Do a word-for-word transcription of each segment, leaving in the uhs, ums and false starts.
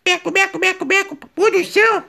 Beco, beco, beco, beco, produção.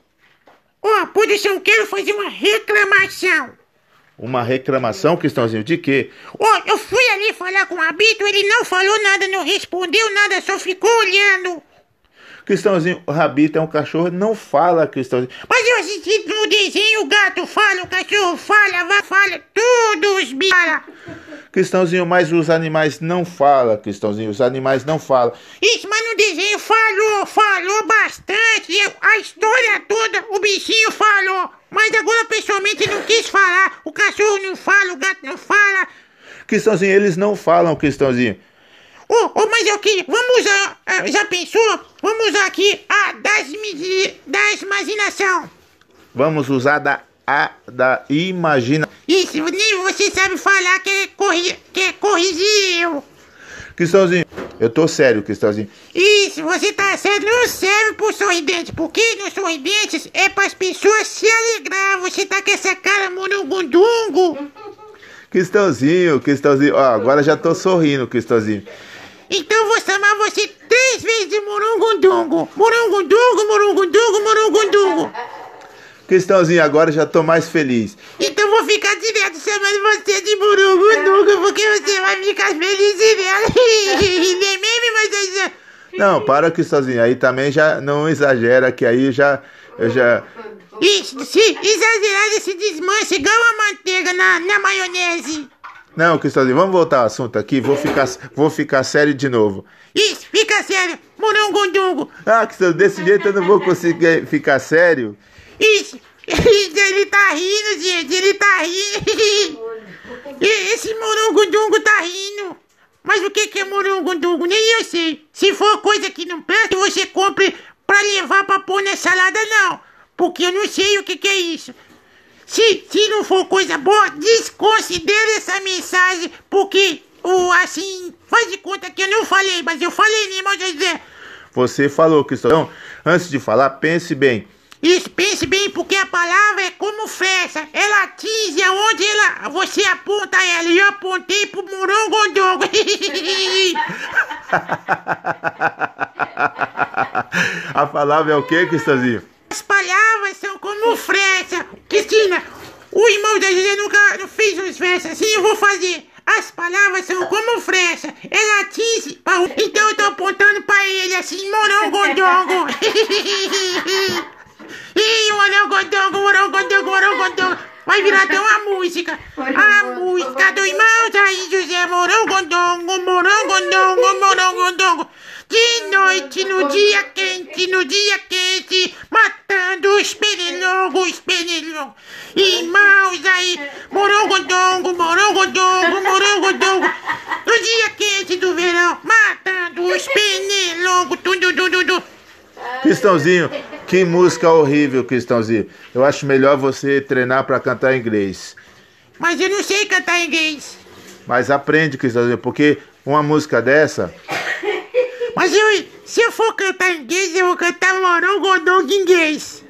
Ó, oh, produção, quero fazer uma reclamação. Uma reclamação, Cristãozinho, de quê? Ó, oh, eu fui ali falar com o Rabito, ele não falou nada, não respondeu nada, só ficou olhando. Cristãozinho, o Rabito é um cachorro, não fala, Cristãozinho. Mas eu assisti no desenho, o gato fala, o cachorro fala, a vaca fala, tudo os bichos falam. Cristãozinho, mas os animais não falam, Cristãozinho, os animais não falam. Isso, mas no desenho falou, falou bastante, a história toda, o bichinho falou. Mas agora pessoalmente não quis falar, o cachorro não fala, o gato não fala. Cristãozinho, eles não falam, Cristãozinho. Oh, oh, mas eu queria, vamos usar, já pensou? Vamos usar aqui a das, da imaginação. Vamos usar da, a, da imagina. Isso, nem você sabe falar que é, corri, que é corrigir eu. Cristãozinho, eu tô sério, Cristãozinho. Isso, você tá sério, não serve pro sorridente, porque no sorridente é pras pessoas se alegrar. Você tá com essa cara morungundungo. Cristãozinho, Cristãozinho, ó, agora já tô sorrindo, Cristãozinho. Então vou chamar você três vezes de morungundungo. Morungundungo, morungundungo, morungundungo. Cristãozinho, agora já tô mais feliz. Então vou ficar direto chamando você de morungundungo, porque você vai ficar feliz direto. Nem mesmo, mas... Não, para, Cristãozinho, aí também já não exagera, que aí já... Eu já... Isso, se exagerar, se desmancha igual a manteiga na, na maionese. Não, Cristãozinho, vamos voltar ao assunto aqui, vou ficar, vou ficar sério de novo. Isso, fica sério, morungundungo. Ah, Cristãozinho, desse jeito eu não vou conseguir ficar sério. Isso, ele tá rindo, gente, ele tá rindo. Esse morungundungo tá rindo. Mas o que que é morungundungo? Nem eu sei. Se for coisa que não presta, você compre pra levar pra pôr na salada, não. Porque eu não sei o que que é isso. Se, se não for coisa boa, desconsidere essa mensagem, porque, o, assim, faz de conta que eu não falei, mas eu falei, né, irmão José? Você falou, Cristãozinho. Antes de falar, pense bem. Isso, pense bem, porque a palavra é como flecha. Ela atinge aonde ela, você aponta ela. E eu apontei pro morungundungo. A palavra é o quê, Cristãozinho? As palavras são como flecha. Cristina, o irmão da José nunca não fez uns versos assim, eu vou fazer. As palavras são como flecha. Ela atinge. Então eu tô apontando pra ele assim, morungundungo. Ih, morungundungo, morungundungo, morungundungo. Vai virar até uma música. A música do irmão Jair José. Morungundungo, morungundungo, morungundungo. De noite, no dia quente, no dia quente, matando os pernilongos, pernilongos. Irmãos aí, morungundungo, morungundungo, morungundungo. No dia quente do verão, matando os pernilongos, tudo, tudo, tudo. Cristãozinho, que música horrível, Cristãozinho. Eu acho melhor você treinar pra cantar inglês. Mas eu não sei cantar inglês. Mas aprende, Cristãozinho, porque uma música dessa... Mas eu, se eu for cantar inglês, eu vou cantar morungundungo em inglês.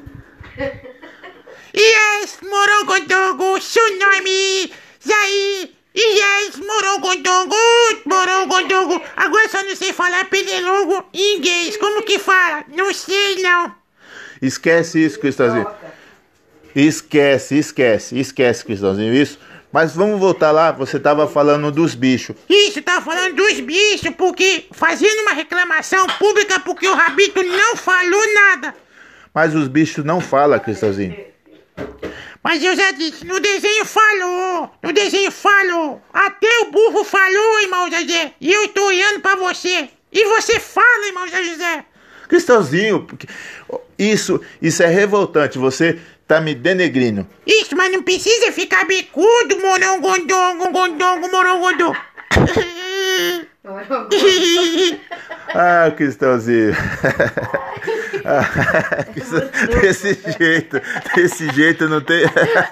Yes, morungundungo, tsunami, Jair. Yes, morungundungo, morungundungo. Agora só não sei falar pernilongo em inglês. Como que fala? Não sei, não. Esquece isso, Cristãozinho. Esquece, esquece, esquece, Cristãozinho, isso. Mas vamos voltar lá, você tava falando dos bichos. Isso, tava falando dos bichos, porque fazendo uma reclamação pública porque o Rabito não falou nada. Mas os bichos não falam, Cristãozinho. Mas eu já disse, no desenho falou, no desenho falou. Até o burro falou, irmão José. E eu tô olhando pra você. E você fala, irmão José. Cristãozinho, isso, isso é revoltante, você tá me denegrindo. Isso, mas não precisa ficar bicudo, morungundungo, gondongo, morungundungo. Ah, Cristãozinho. Ah, desse jeito, desse jeito não tem...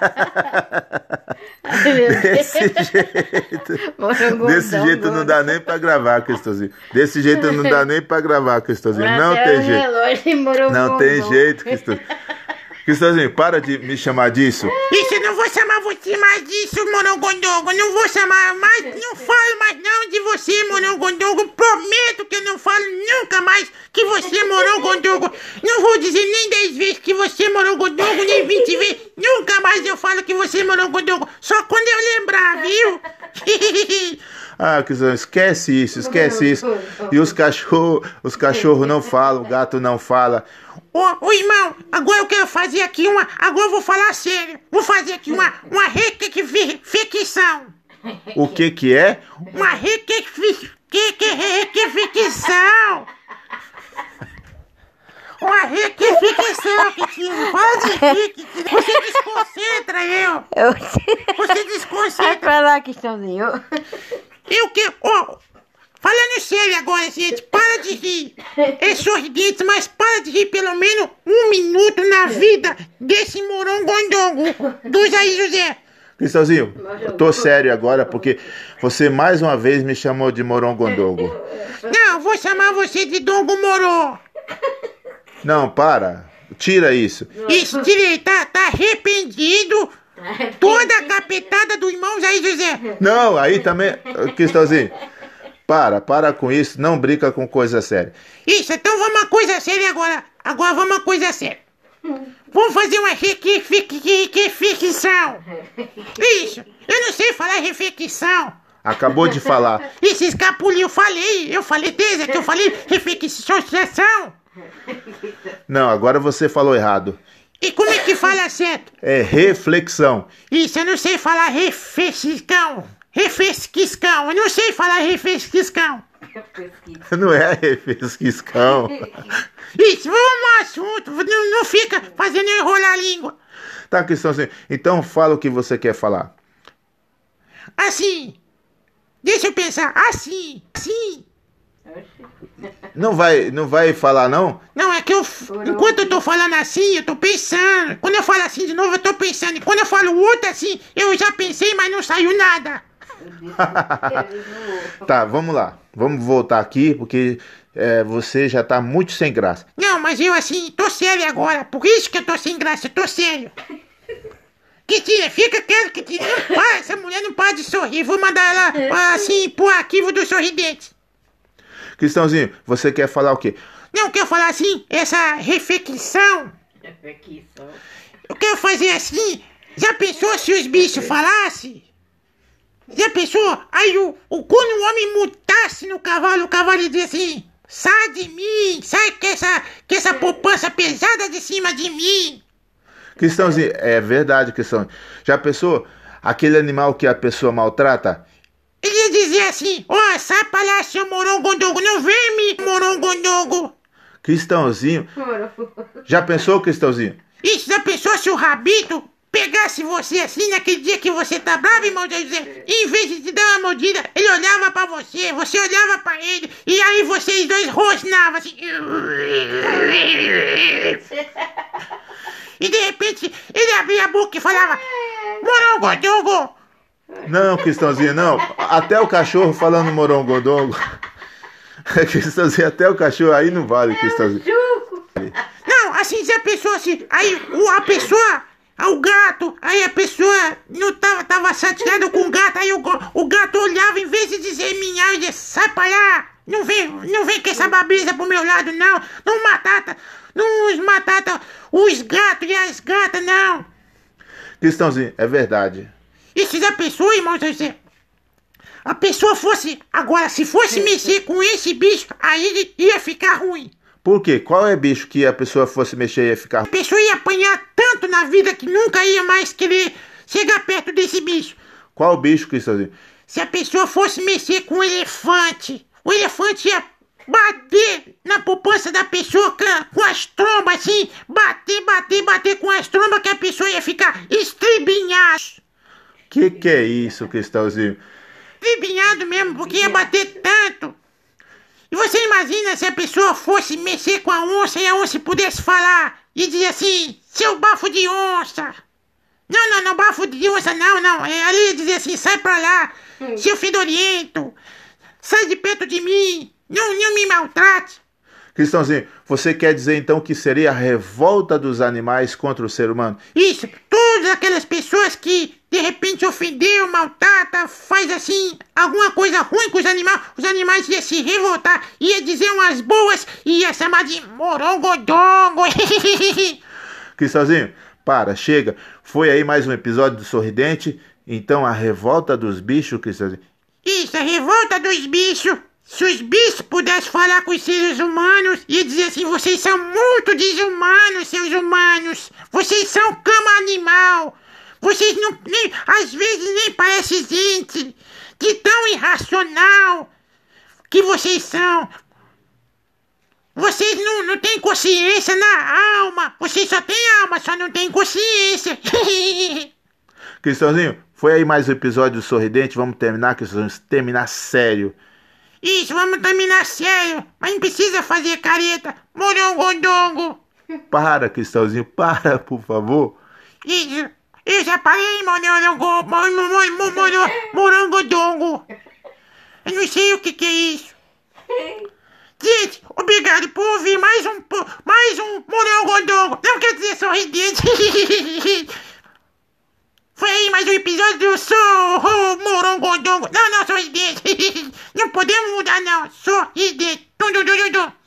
Desse jeito, desse jeito não dá nem pra gravar, Cristãozinho. Desse jeito não dá nem pra gravar, Cristãozinho. Não tem jeito. Não tem jeito, Cristãozinho. Cristãozinho, para de me chamar disso. Isso, eu não vou chamar você mais disso, Morongondongo. Não vou chamar mais, não falo mais não de você, Morongondongo. Prometo que eu não falo nunca mais que você, Morongondongo. Não vou dizer nem dez vezes que você, Morongondongo, nem vinte vezes. Nunca mais eu falo que você, Morongondongo. Só quando eu lembrar, viu? Ah, Cristãozinho, esquece isso, esquece isso. E os cachorros, os cachorros não falam, o gato não fala. Ô, ô, irmão, agora eu quero fazer aqui uma... Agora eu vou falar sério. Vou fazer aqui uma, uma requefeição. O que que é? Uma requefeição. Uma requefeição, Kitinho. Fala de rique. Você desconcentra eu. Eu... Você desconcentra. Vai pra lá, Cristãozinho. Eu que... Ó... Falando sério agora, gente, para de rir. É sorridente, mas para de rir pelo menos um minuto na vida desse Morongondongo. Do aí, José. Cristãozinho, eu tô sério agora porque você mais uma vez me chamou de Morongondongo. Não, vou chamar você de Dongo Morô. Não, para. Tira isso. Isso, tirei. Tá, tá arrependido. Toda a capetada do irmão aí, José. Não, aí também... Cristãozinho... Para, para com isso, não brinca com coisa séria. Isso, então vamos uma coisa séria agora. Agora vamos uma coisa séria. Vamos fazer uma refeição. Isso, eu não sei falar refeição. Acabou de falar. Isso, escapuliu, eu falei. Eu falei desde que eu falei refeição. Não, agora você falou errado. E como é que fala certo? É reflexão. Isso, eu não sei falar refeição. Refesquiscão, eu não sei falar refesquiscão. Não é refesquiscão. Isso, vamos no assunto, não, não fica fazendo eu enrolar a língua. Tá, Cristãozinho, então fala o que você quer falar. Assim, deixa eu pensar, assim, assim. Não vai, não vai falar não? Não, é que eu, enquanto eu tô falando assim, eu tô pensando. Quando eu falo assim de novo, eu tô pensando. E quando eu falo outro assim, eu já pensei, mas não saiu nada. Tá, vamos lá. Vamos voltar aqui, porque é, você já tá muito sem graça. Não, mas eu assim, tô sério agora. Por isso que eu tô sem graça, eu tô sério. Kitinha, fica quieto, Kitinha. Ah, essa mulher não para de sorrir. Vou mandar ela assim pro arquivo do sorridente. Cristãozinho, você quer falar o quê? Não, eu quero falar assim, essa refeição. Eu quero fazer assim. Já pensou se os bichos falassem? Já pensou? Aí o, o quando o homem mutasse no cavalo, o cavalo ia dizer assim: sai de mim, sai com essa, com essa poupança pesada de cima de mim. Cristãozinho, é verdade, Cristãozinho. Já pensou aquele animal que a pessoa maltrata? Ele ia dizer assim: ó, oh, sai pra lá, seu Morongondongo, não vem me, Morongondongo. Cristãozinho, já pensou, Cristãozinho? Isso, já pensou se o Rabito pegasse você assim naquele dia que você tá bravo, irmão José? Em vez de te dar uma mordida, ele olhava pra você, você olhava pra ele, e aí vocês dois rosnavam assim. E de repente, ele abria a boca e falava: Morongondongo. Não, Cristãozinho, não. Até o cachorro falando Morongondongo. Cristãozinho, até o cachorro aí não vale, Cristãozinho. Não, assim, já pensou assim, aí a pessoa, o gato, aí a pessoa não tava, tava chateada com o gato, aí o, o gato olhava, em vez de dizer minha, ele dizia: sai pra lá, não vem, não vem com essa babeza pro meu lado, não, não matata, não os matata, os gatos e as gatas, não. Cristãozinho, é verdade. E você já pensou, irmão José? A pessoa fosse, agora, se fosse mexer com esse bicho, aí ia ficar ruim. Por quê? Qual é bicho que a pessoa fosse mexer e ia ficar... A pessoa ia apanhar tanto na vida que nunca ia mais querer chegar perto desse bicho. Qual bicho, Cristãozinho? Se a pessoa fosse mexer com o elefante, o elefante ia bater na poupança da pessoa com as trombas assim, bater, bater, bater com as trombas que a pessoa ia ficar estribinhada. Que que é isso, Cristãozinho? Estribinhado mesmo, porque ia bater tanto. E você imagina se a pessoa fosse mexer com a onça e a onça pudesse falar e dizer assim: seu bafo de onça. Não, não, não, bafo de onça não, não. É, ali ia dizer assim: sai pra lá, seu fedorento. Sai de perto de mim. Não, não me maltrate. Cristãozinho, você quer dizer então que seria a revolta dos animais contra o ser humano? Isso, todas aquelas pessoas que de repente ofendeu, maltrata, faz assim, alguma coisa ruim com os animais, os animais iam se revoltar, ia dizer umas boas e ia chamar de morongodongo. Cristãozinho, para, chega. Foi aí mais um episódio do Sorridente. Então a revolta dos bichos, Cristãozinho. Isso, a revolta dos bichos. Se os bichos pudessem falar com os seres humanos, ia dizer assim, vocês são muito desumanos, seus humanos. Vocês são cama animal. Vocês não, nem, às vezes nem parecem gente. De tão irracional que vocês são. Vocês não, não têm consciência na alma. Vocês só têm alma, só não têm consciência. Cristãozinho, foi aí mais um episódio do Sorridente. Vamos terminar, Cristãozinho, terminar sério. Isso, vamos terminar sério. Mas não precisa fazer careta. Morongodongo. Para, Cristãozinho, para, por favor. Isso, eu já parei, morongo, morongodongo. Eu não sei o que que é isso. Gente, obrigado por ouvir mais um, mais um morongodongo. Não quer dizer sorridente. Foi aí mais um episódio do Sou Morongodongo. Não, não, sorridente. Não podemos mudar não. Sorridente. Tum, tum, tum, tum.